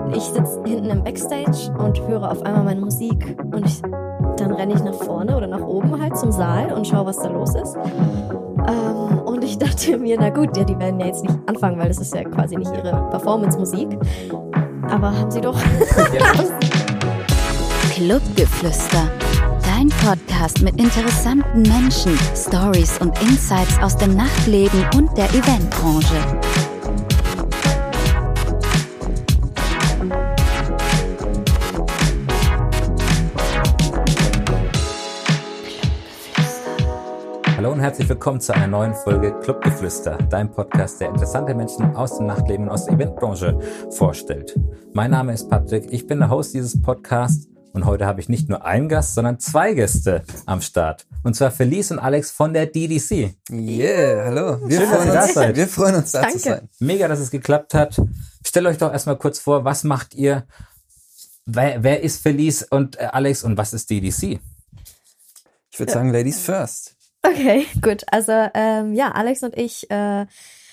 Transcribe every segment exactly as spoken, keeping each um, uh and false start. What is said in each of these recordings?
Ich sitze hinten im Backstage und höre auf einmal meine Musik und ich, dann renne ich nach vorne oder nach oben halt zum Saal und schaue, was da los ist. Ähm, und ich dachte mir, na gut, ja, die werden ja jetzt nicht anfangen, weil das ist ja quasi nicht ihre Performance-Musik. Aber haben sie doch. Clubgeflüster. Dein Podcast mit interessanten Menschen, Stories und Insights aus dem Nachtleben und der Eventbranche. Hallo und herzlich willkommen zu einer neuen Folge Clubgeflüster, dein Podcast, der interessante Menschen aus dem Nachtleben und aus der Eventbranche vorstellt. Mein Name ist Patrick, ich bin der Host dieses Podcasts und heute habe ich nicht nur einen Gast, sondern zwei Gäste am Start. Und zwar Felice und Alex von der D D C. Yeah, hallo. Wir, Schön, freuen, dass ihr da uns, seid. wir freuen uns, da Danke. zu sein. Mega, dass es geklappt hat. Stellt euch doch erstmal kurz vor, was macht ihr? Wer, wer ist Felice und äh, Alex und was ist D D C? Ich würde sagen, Ladies first. Okay, gut. Also ähm, ja, Alex und ich äh,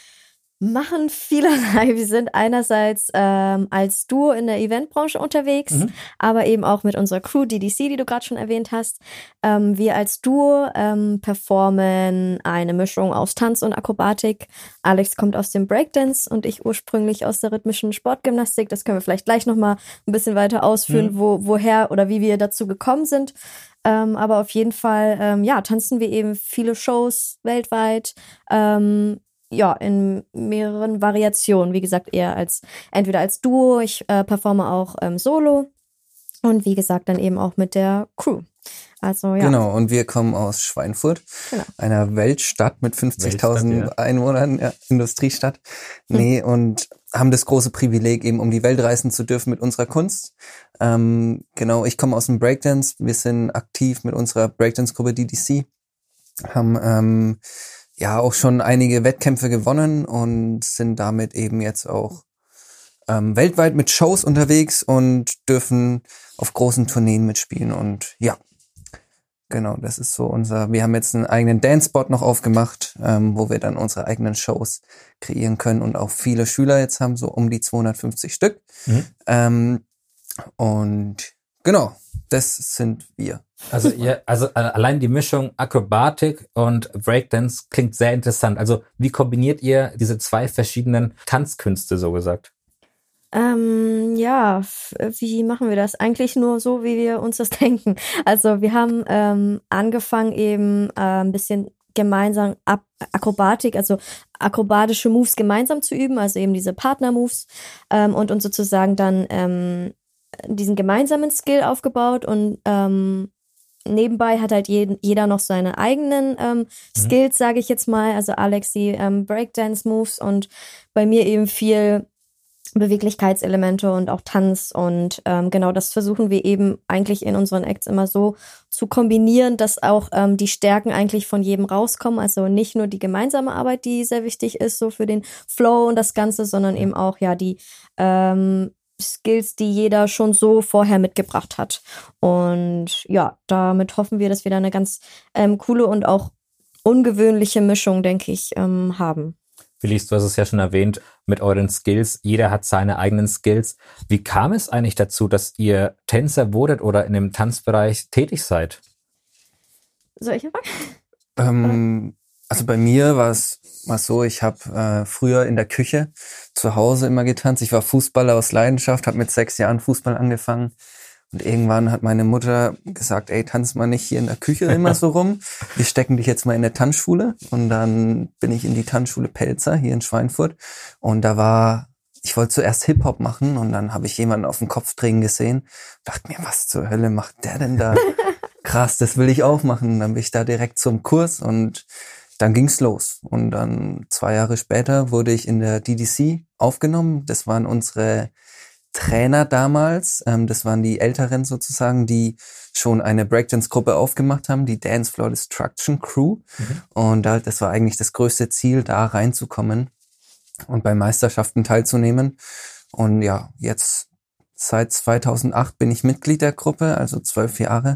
machen vielerlei. Wir sind einerseits ähm, als Duo in der Eventbranche unterwegs, Mhm. aber eben auch mit unserer Crew D D C, die du gerade schon erwähnt hast. Ähm, wir als Duo ähm, performen eine Mischung aus Tanz und Akrobatik. Alex kommt aus dem Breakdance und ich ursprünglich aus der rhythmischen Sportgymnastik. Das können wir vielleicht gleich nochmal ein bisschen weiter ausführen, Mhm. wo, woher oder wie wir dazu gekommen sind. Ähm, aber auf jeden Fall, ähm, ja, tanzen wir eben viele Shows weltweit, ähm, ja, in mehreren Variationen. Wie gesagt, eher als, entweder als Duo, ich äh, performe auch ähm, solo und wie gesagt, dann eben auch mit der Crew. Also, ja. Genau, und wir kommen aus Schweinfurt, Genau. einer Weltstadt mit fünfzigtausend Weltstadt, Einwohnern, ja, Industriestadt. Nee, und haben das große Privileg, eben um die Welt reisen zu dürfen mit unserer Kunst. Ähm, genau, ich komme aus dem Breakdance. Wir sind aktiv mit unserer Breakdance-Gruppe D D C, haben ähm, ja auch schon einige Wettkämpfe gewonnen und sind damit eben jetzt auch ähm, weltweit mit Shows unterwegs und dürfen auf großen Tourneen mitspielen. Und ja, genau, das ist so unser, wir haben jetzt einen eigenen Dance-Spot noch aufgemacht, ähm, wo wir dann unsere eigenen Shows kreieren können und auch viele Schüler jetzt haben, so um die zweihundertfünfzig Stück. Mhm. Ähm, und genau, das sind wir. Also ihr, also äh, allein die Mischung Akrobatik und Breakdance klingt sehr interessant. Also wie kombiniert ihr diese zwei verschiedenen Tanzkünste, so gesagt? Ähm, ja, f- wie machen wir das? Eigentlich nur so, wie wir uns das denken. Also wir haben ähm, angefangen eben äh, ein bisschen gemeinsam Ab- Akrobatik, also akrobatische Moves gemeinsam zu üben, also eben diese Partner-Moves ähm, und uns sozusagen dann ähm, diesen gemeinsamen Skill aufgebaut und ähm, nebenbei hat halt jeden, jeder noch seine eigenen ähm, Skills, sage ich jetzt mal. Also Alex die ähm, Breakdance-Moves und bei mir eben viel Beweglichkeitselemente und auch Tanz und ähm, genau das versuchen wir eben eigentlich in unseren Acts immer so zu kombinieren, dass auch ähm, die Stärken eigentlich von jedem rauskommen, also nicht nur die gemeinsame Arbeit, die sehr wichtig ist, so für den Flow und das Ganze, sondern eben auch ja die ähm, Skills, die jeder schon so vorher mitgebracht hat und ja, damit hoffen wir, dass wir da eine ganz ähm, coole und auch ungewöhnliche Mischung, denke ich, ähm, haben. Felice, du hast es ja schon erwähnt, mit euren Skills. Jeder hat seine eigenen Skills. Wie kam es eigentlich dazu, dass ihr Tänzer wurdet oder in dem Tanzbereich tätig seid? Soll ich anfangen? Ähm, also bei mir war es war so, ich habe äh, früher in der Küche zu Hause immer getanzt. Ich war Fußballer aus Leidenschaft, habe mit sechs Jahren Fußball angefangen. Und irgendwann hat meine Mutter gesagt, ey, tanz mal nicht hier in der Küche immer so rum. Wir stecken dich jetzt mal in der Tanzschule. Und dann bin ich in die Tanzschule Pelzer hier in Schweinfurt. Und da war, ich wollte zuerst Hip-Hop machen und dann habe ich jemanden auf den Kopf drehen gesehen. Dachte mir, was zur Hölle macht der denn da? Krass, das will ich auch machen. Und dann bin ich da direkt zum Kurs und dann ging's los. Und dann zwei Jahre später wurde ich in der D D C aufgenommen. Das waren unsere Trainer damals, ähm, das waren die Älteren sozusagen, die schon eine Breakdance-Gruppe aufgemacht haben, die Dance Floor Destruction Crew. Mhm. Und da, das war eigentlich das größte Ziel, da reinzukommen und bei Meisterschaften teilzunehmen. Und ja, jetzt seit zweitausendacht bin ich Mitglied der Gruppe, also zwölf Jahre.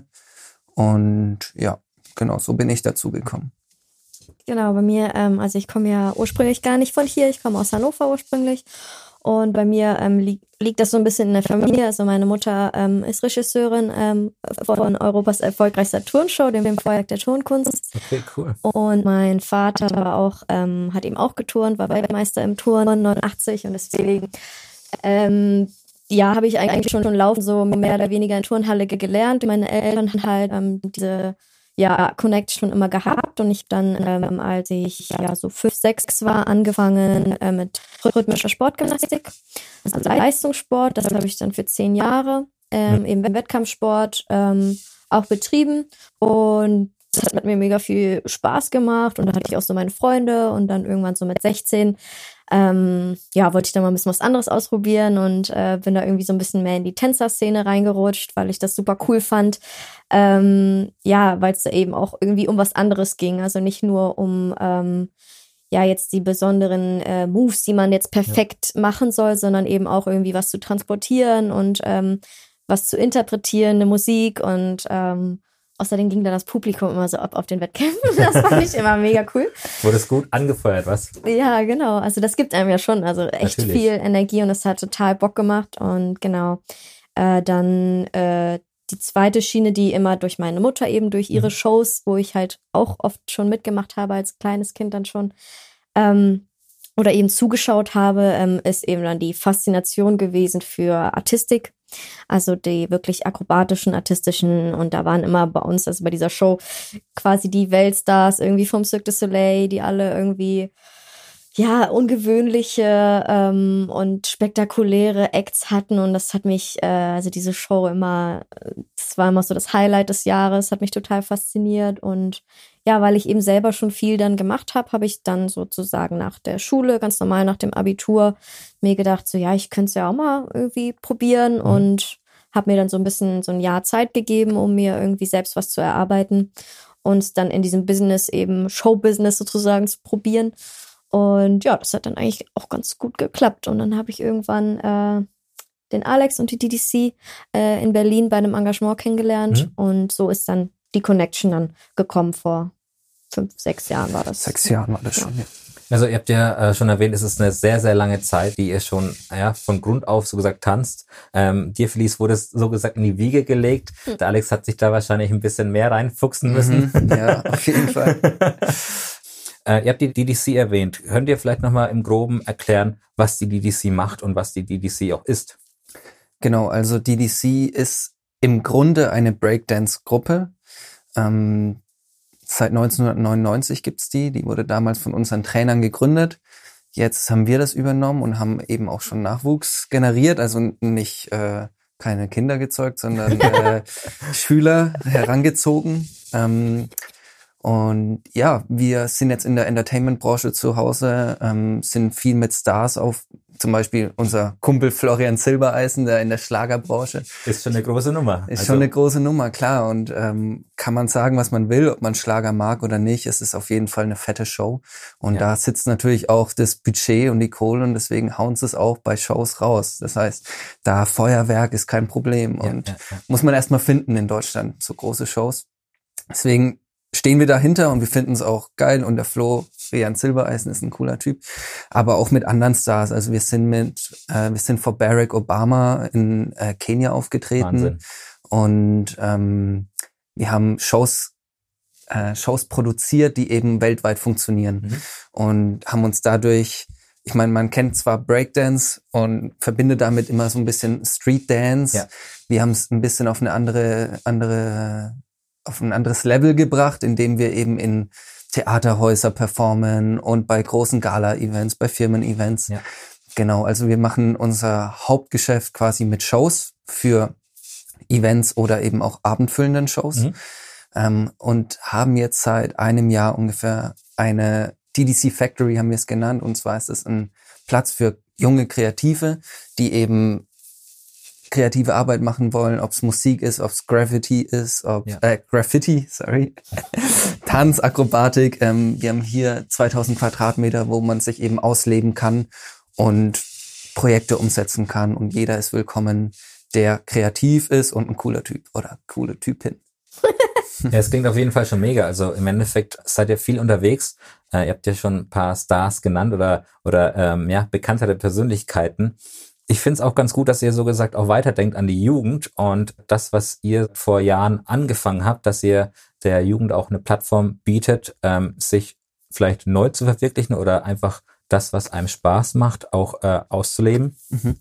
Und ja, genau, so bin ich dazu gekommen. Genau, bei mir, ähm, also ich komme ja ursprünglich gar nicht von hier, ich komme aus Hannover ursprünglich Und bei mir ähm, li- liegt das so ein bisschen in der Familie. Also meine Mutter ähm, ist Regisseurin ähm, von Europas erfolgreichster Turnshow, dem Feuerwerk der Turnkunst. Okay, cool. Und mein Vater war auch, ähm, hat eben auch geturnt, war Weltmeister im Turnen neunundachtzig und deswegen ähm, ja, habe ich eigentlich schon schon laufen so mehr oder weniger in Turnhalle gelernt. Meine Eltern haben halt ähm, diese ja Connection schon immer gehabt und ich dann, ähm, als ich ja so fünf, sechs war, angefangen äh, mit rhythmischer Sportgymnastik, also Leistungssport. Das habe ich dann für zehn Jahre ähm, eben im Wettkampfsport ähm, auch betrieben und das hat mir mega viel Spaß gemacht und da hatte ich auch so meine Freunde und dann irgendwann so mit sechzehn ähm, ja, wollte ich dann mal ein bisschen was anderes ausprobieren und äh, bin da irgendwie so ein bisschen mehr in die Tänzerszene reingerutscht, weil ich das super cool fand. Ähm, ja, weil es da eben auch irgendwie um was anderes ging, also nicht nur um ähm, ja jetzt die besonderen äh, Moves, die man jetzt perfekt ja. machen soll, sondern eben auch irgendwie was zu transportieren und ähm, was zu interpretieren, eine Musik und ähm, außerdem ging dann das Publikum immer so ab auf den Wettkämpfen. Das fand ich immer mega cool. Wurde es gut angefeuert, was? Ja, genau. Also das gibt einem ja schon. Also echt Natürlich. viel Energie und es hat total Bock gemacht. Und genau, äh, dann äh, die zweite Schiene, die immer durch meine Mutter eben, durch ihre mhm. Shows, wo ich halt auch oft schon mitgemacht habe, als kleines Kind dann schon, ähm, oder eben zugeschaut habe, ähm, ist eben dann die Faszination gewesen für Artistik. Also die wirklich akrobatischen, artistischen und da waren immer bei uns, also bei dieser Show quasi die Weltstars irgendwie vom Cirque du Soleil, die alle irgendwie ja ungewöhnliche ähm, und spektakuläre Acts hatten und das hat mich, äh, also diese Show immer, das war immer so das Highlight des Jahres, hat mich total fasziniert und ja, weil ich eben selber schon viel dann gemacht habe, habe ich dann sozusagen nach der Schule, ganz normal nach dem Abitur, mir gedacht, so ja, ich könnte es ja auch mal irgendwie probieren mhm. und habe mir dann so ein bisschen so ein Jahr Zeit gegeben, um mir irgendwie selbst was zu erarbeiten und dann in diesem Business eben Showbusiness sozusagen zu probieren. Und ja, das hat dann eigentlich auch ganz gut geklappt. Und dann habe ich irgendwann äh, den Alex und die D D C äh, in Berlin bei einem Engagement kennengelernt. Mhm. Und so ist dann die Connection dann gekommen vor fünf, sechs Jahren war das. Sechs Jahren war das ja. schon, ja. Also ihr habt ja äh, schon erwähnt, es ist eine sehr, sehr lange Zeit, die ihr schon ja, von Grund auf so gesagt tanzt. Ähm, dir, Felice, wurde es so gesagt in die Wiege gelegt. Mhm. Der Alex hat sich da wahrscheinlich ein bisschen mehr reinfuchsen müssen. Mhm. Ja, auf jeden Fall. äh, ihr habt die D D C erwähnt. Könnt ihr vielleicht nochmal im Groben erklären, was die D D C macht und was die D D C auch ist? Genau, also D D C ist im Grunde eine Breakdance-Gruppe. Ähm, Seit neunzehnhundertneunundneunzig gibt's die. Die wurde damals von unseren Trainern gegründet. Jetzt haben wir das übernommen und haben eben auch schon Nachwuchs generiert. Also nicht äh, keine Kinder gezeugt, sondern äh, Schüler herangezogen. Ähm, und ja, wir sind jetzt in der Entertainment-Branche zu Hause, ähm, sind viel mit Stars auf, zum Beispiel unser Kumpel Florian Silbereisen, der in der Schlagerbranche. Ist schon eine große Nummer. Ist also. schon eine große Nummer, klar. Und ähm, kann man sagen, was man will, ob man Schlager mag oder nicht. Es ist auf jeden Fall eine fette Show. Und ja. da sitzt natürlich auch das Budget und die Kohle und deswegen hauen sie es auch bei Shows raus. Das heißt, da Feuerwerk ist kein Problem. Ja, und ja, ja. muss man erstmal finden in Deutschland, so große Shows. Deswegen stehen wir dahinter und wir finden es auch geil und der Flo, Florian Silbereisen ist ein cooler Typ, aber auch mit anderen Stars. Also wir sind mit, äh, wir sind vor Barack Obama in äh, Kenia aufgetreten. Wahnsinn. Und ähm, wir haben Shows, äh, Shows produziert, die eben weltweit funktionieren mhm. und haben uns dadurch, ich meine, man kennt zwar Breakdance und verbindet damit immer so ein bisschen Street Dance. Ja. Wir haben es ein bisschen auf eine andere, andere auf ein anderes Level gebracht, indem wir eben in Theaterhäuser performen und bei großen Gala-Events, bei Firmen-Events. Ja. Genau, also wir machen unser Hauptgeschäft quasi mit Shows für Events oder eben auch abendfüllenden Shows mhm. ähm, und haben jetzt seit einem Jahr ungefähr eine D D C Factory, haben wir es genannt, und zwar ist es ein Platz für junge Kreative, die eben kreative Arbeit machen wollen, ob es Musik ist, ob es Graffiti ist, ob ja. äh, Graffiti, sorry, Tanz, Akrobatik. Ähm, wir haben hier zweitausend Quadratmeter, wo man sich eben ausleben kann und Projekte umsetzen kann und jeder ist willkommen, der kreativ ist und ein cooler Typ oder coole Typin. Ja, es klingt auf jeden Fall schon mega. Also im Endeffekt seid ihr viel unterwegs. Äh, ihr habt ja schon ein paar Stars genannt oder oder ähm, ja bekanntere Persönlichkeiten. Ich finde es auch ganz gut, dass ihr so gesagt auch weiterdenkt an die Jugend und das, was ihr vor Jahren angefangen habt, dass ihr der Jugend auch eine Plattform bietet, ähm, sich vielleicht neu zu verwirklichen oder einfach das, was einem Spaß macht, auch äh, auszuleben. Mhm.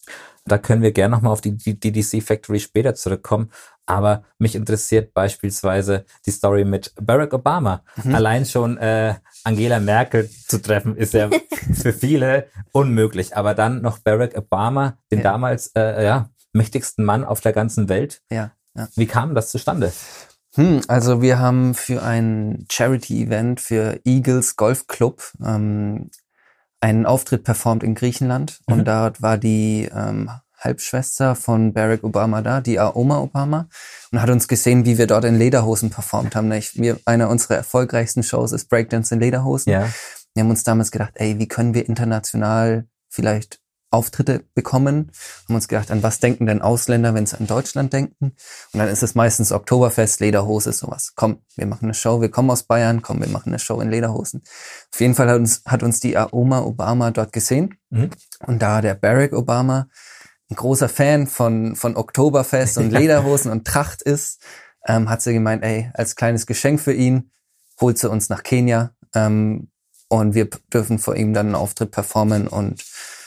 Da können wir gerne nochmal auf die D D C Factory später zurückkommen. Aber mich interessiert beispielsweise die Story mit Barack Obama. Mhm. Allein schon äh, Angela Merkel zu treffen, ist ja für viele unmöglich. Aber dann noch Barack Obama, den ja. damals äh, ja, mächtigsten Mann auf der ganzen Welt. Ja, ja. Wie kam das zustande? Hm, also wir haben für ein Charity-Event für Eagles Golf Club ähm, einen Auftritt performt in Griechenland. Mhm. Und dort war die ähm, Halbschwester von Barack Obama da, die Oma Obama, und hat uns gesehen, wie wir dort in Lederhosen performt haben. Wir, eine unserer erfolgreichsten Shows ist Breakdance in Lederhosen. Ja. Wir haben uns damals gedacht, ey, wie können wir international vielleicht Auftritte bekommen? Haben uns gedacht, an was denken denn Ausländer, wenn sie an Deutschland denken? Und dann ist es meistens Oktoberfest, Lederhose, sowas. Komm, wir machen eine Show, wir kommen aus Bayern, komm, wir machen eine Show in Lederhosen. Auf jeden Fall hat uns, hat uns die Oma Obama dort gesehen. Mhm. Und da der Barack Obama ein großer Fan von von Oktoberfest und Lederhosen und Tracht ist, ähm, hat sie gemeint, ey, als kleines Geschenk für ihn holt sie uns nach Kenia ähm, und wir p- dürfen vor ihm dann einen Auftritt performen. Und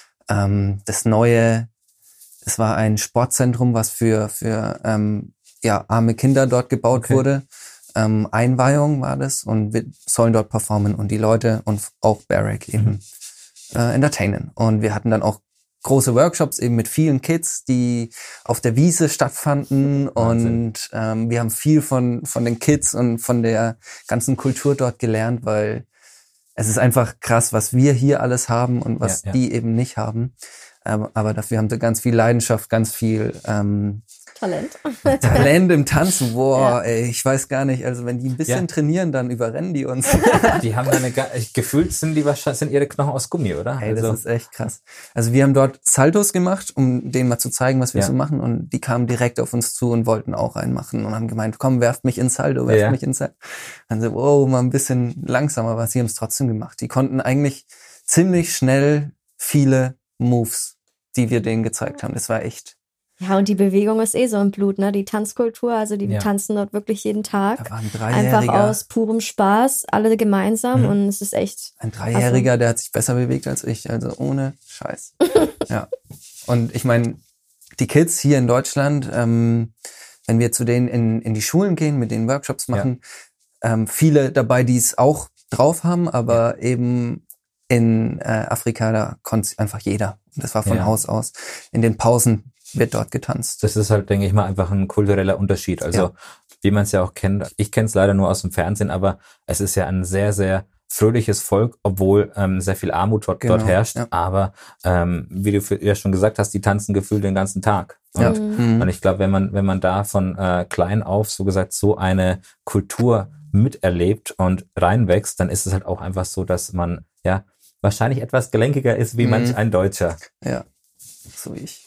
ähm, das neue, es war ein Sportzentrum, was für für ähm, ja arme Kinder dort gebaut okay. wurde. Ähm, Einweihung war das und wir sollen dort performen und die Leute und auch Barack eben mhm. äh, entertainen. Und wir hatten dann auch große Workshops eben mit vielen Kids, die auf der Wiese stattfanden. Wahnsinn. Und ähm, wir haben viel von von den Kids und von der ganzen Kultur dort gelernt, weil es ist einfach krass, was wir hier alles haben und was ja, ja. die eben nicht haben. Ähm, aber dafür haben sie ganz viel Leidenschaft, ganz viel ähm, Talent. Talent im Tanzen. Boah, ja. ey, ich weiß gar nicht. Also wenn die ein bisschen ja. trainieren, dann überrennen die uns. Die haben eine, gefühlt sind die wahrscheinlich, sind ihre Knochen aus Gummi, oder? Ey, also. das ist echt krass. Also wir haben dort Saltos gemacht, um denen mal zu zeigen, was wir ja. so machen. Und die kamen direkt auf uns zu und wollten auch einen machen und haben gemeint, komm, werft mich ins Salto, werft ja. mich ins Salto. Dann so, wow, mal ein bisschen langsamer, aber sie haben es trotzdem gemacht. Die konnten eigentlich ziemlich schnell viele Moves, die wir denen gezeigt haben. Das war echt. Ja, und die Bewegung ist eh so im Blut, ne? Die Tanzkultur, also die ja. tanzen dort wirklich jeden Tag. Da war ein Dreijähriger. Einfach aus purem Spaß, alle gemeinsam mhm. und es ist echt... Ein Dreijähriger, der hat sich besser bewegt als ich, also ohne Scheiß. Ja. Und ich meine, die Kids hier in Deutschland, ähm, wenn wir zu denen in, in die Schulen gehen, mit denen Workshops machen, ja. ähm, viele dabei, die es auch drauf haben, aber ja. eben in äh, Afrika, da konnte einfach jeder. Und das war von ja. Haus aus. In den Pausen wird dort getanzt. Das ist halt, denke ich mal, einfach ein kultureller Unterschied. Also ja. wie man es ja auch kennt. Ich kenne es leider nur aus dem Fernsehen, aber es ist ja ein sehr, sehr fröhliches Volk, obwohl ähm, sehr viel Armut dort, genau. dort herrscht. Ja. Aber ähm, wie du ja schon gesagt hast, die tanzen gefühlt den ganzen Tag. Und, ja. mhm. und ich glaube, wenn man wenn man da von äh, klein auf so gesagt so eine Kultur miterlebt und reinwächst, dann ist es halt auch einfach so, dass man ja wahrscheinlich etwas gelenkiger ist wie mhm. manch ein Deutscher. Ja, so wie ich.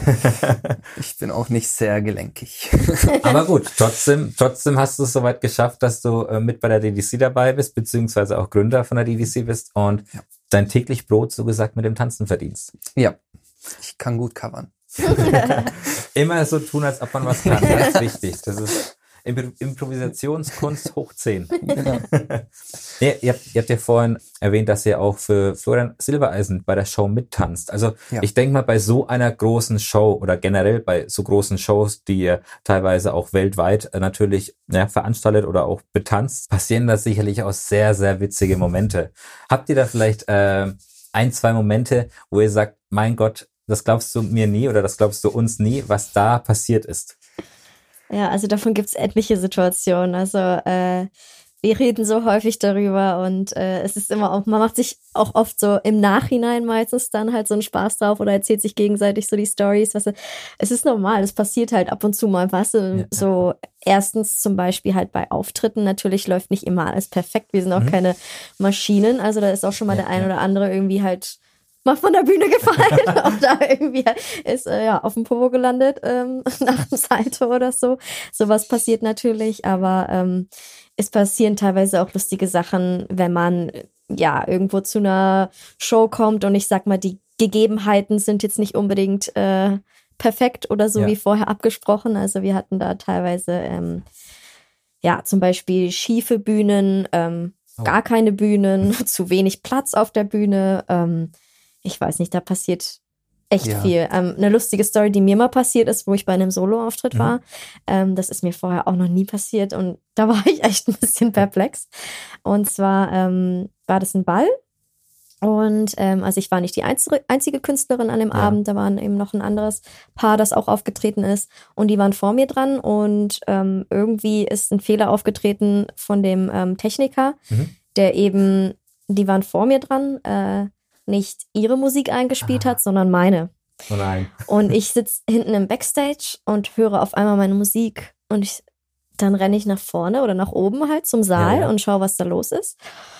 Ich bin auch nicht sehr gelenkig. Aber gut, trotzdem, trotzdem hast du es soweit geschafft, dass du äh, mit bei der D D C dabei bist, beziehungsweise auch Gründer von der D D C bist und ja. dein täglich Brot, so gesagt, mit dem Tanzen verdienst. Ja, ich kann gut covern. Immer so tun, als ob man was kann. Das ist wichtig. Das ist Impro- Improvisationskunst hoch zehn. Genau. Ja, ihr, habt, ihr habt ja vorhin erwähnt, dass ihr auch für Florian Silbereisen bei der Show mittanzt. Also ja. ich denke mal, bei so einer großen Show oder generell bei so großen Shows, die ihr teilweise auch weltweit natürlich ja, veranstaltet oder auch betanzt, passieren da sicherlich auch sehr, sehr witzige Momente. Habt ihr da vielleicht äh, ein, zwei Momente, wo ihr sagt, mein Gott, das glaubst du mir nie oder das glaubst du uns nie, was da passiert ist? Ja, also davon gibt's etliche Situationen. Also äh, wir reden so häufig darüber und äh, es ist immer auch, man macht sich auch oft so im Nachhinein meistens dann halt so einen Spaß drauf oder erzählt sich gegenseitig so die Storys. Weißt du, es ist normal, es passiert halt ab und zu mal was. Ja. So erstens zum Beispiel halt bei Auftritten, natürlich läuft nicht immer alles perfekt. Wir sind auch mhm. keine Maschinen, also da ist auch schon mal ja, der ein ja. oder andere irgendwie halt mal von der Bühne gefallen oder irgendwie ist äh, ja auf dem Popo gelandet ähm, nach dem Salto oder so. Sowas passiert natürlich, aber ähm, es passieren teilweise auch lustige Sachen, wenn man ja irgendwo zu einer Show kommt und ich sag mal, die Gegebenheiten sind jetzt nicht unbedingt äh, perfekt oder so ja. wie vorher abgesprochen. Also wir hatten da teilweise ähm, ja zum Beispiel schiefe Bühnen, ähm, oh. gar keine Bühnen, zu wenig Platz auf der Bühne. Ähm, ich weiß nicht, da passiert echt ja. viel. Ähm, eine lustige Story, die mir mal passiert ist, wo ich bei einem Solo-Auftritt mhm. war. Ähm, das ist mir vorher auch noch nie passiert und da war ich echt ein bisschen perplex. Und zwar ähm, war das ein Ball. Und ähm, also ich war nicht die einzige, einzige Künstlerin an dem ja. Abend, da waren eben noch ein anderes Paar, das auch aufgetreten ist und die waren vor mir dran und ähm, irgendwie ist ein Fehler aufgetreten von dem ähm, Techniker, mhm. der eben, die waren vor mir dran, äh, nicht ihre Musik eingespielt ah. hat, sondern meine. Oh nein. Und ich sitze hinten im Backstage und höre auf einmal meine Musik und ich, dann renne ich nach vorne oder nach oben halt zum Saal ja, ja. und schaue, was da los ist.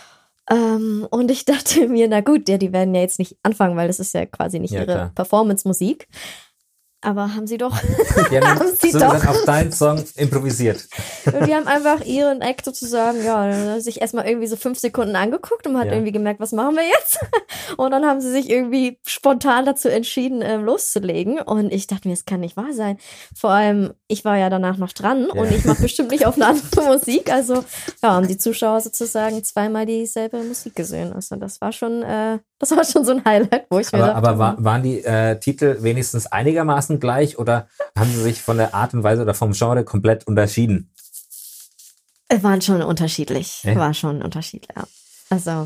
Ähm, und ich dachte mir, na gut, ja, die werden ja jetzt nicht anfangen, weil das ist ja quasi nicht ja, ihre Performance-Musik. Aber haben sie doch. Die haben, haben sie so doch. Dann auf deinen Song improvisiert. Und die haben einfach ihren Act sozusagen, ja, sich erstmal irgendwie so fünf Sekunden angeguckt und man hat ja. irgendwie gemerkt, was machen wir jetzt? Und dann haben sie sich irgendwie spontan dazu entschieden, ähm, loszulegen. Und ich dachte mir, das kann nicht wahr sein. Vor allem, ich war ja danach noch dran ja. und ich mache bestimmt nicht auf eine andere Musik. Also, ja, haben die Zuschauer sozusagen zweimal dieselbe Musik gesehen. Also, das war schon, äh, das war schon so ein Highlight, wo ich mir aber, dachte, aber war, waren die äh, Titel wenigstens einigermaßen gleich oder haben sie sich von der Art und Weise oder vom Genre komplett unterschieden? Waren schon unterschiedlich. Äh? War schon unterschiedlich, ja. Also,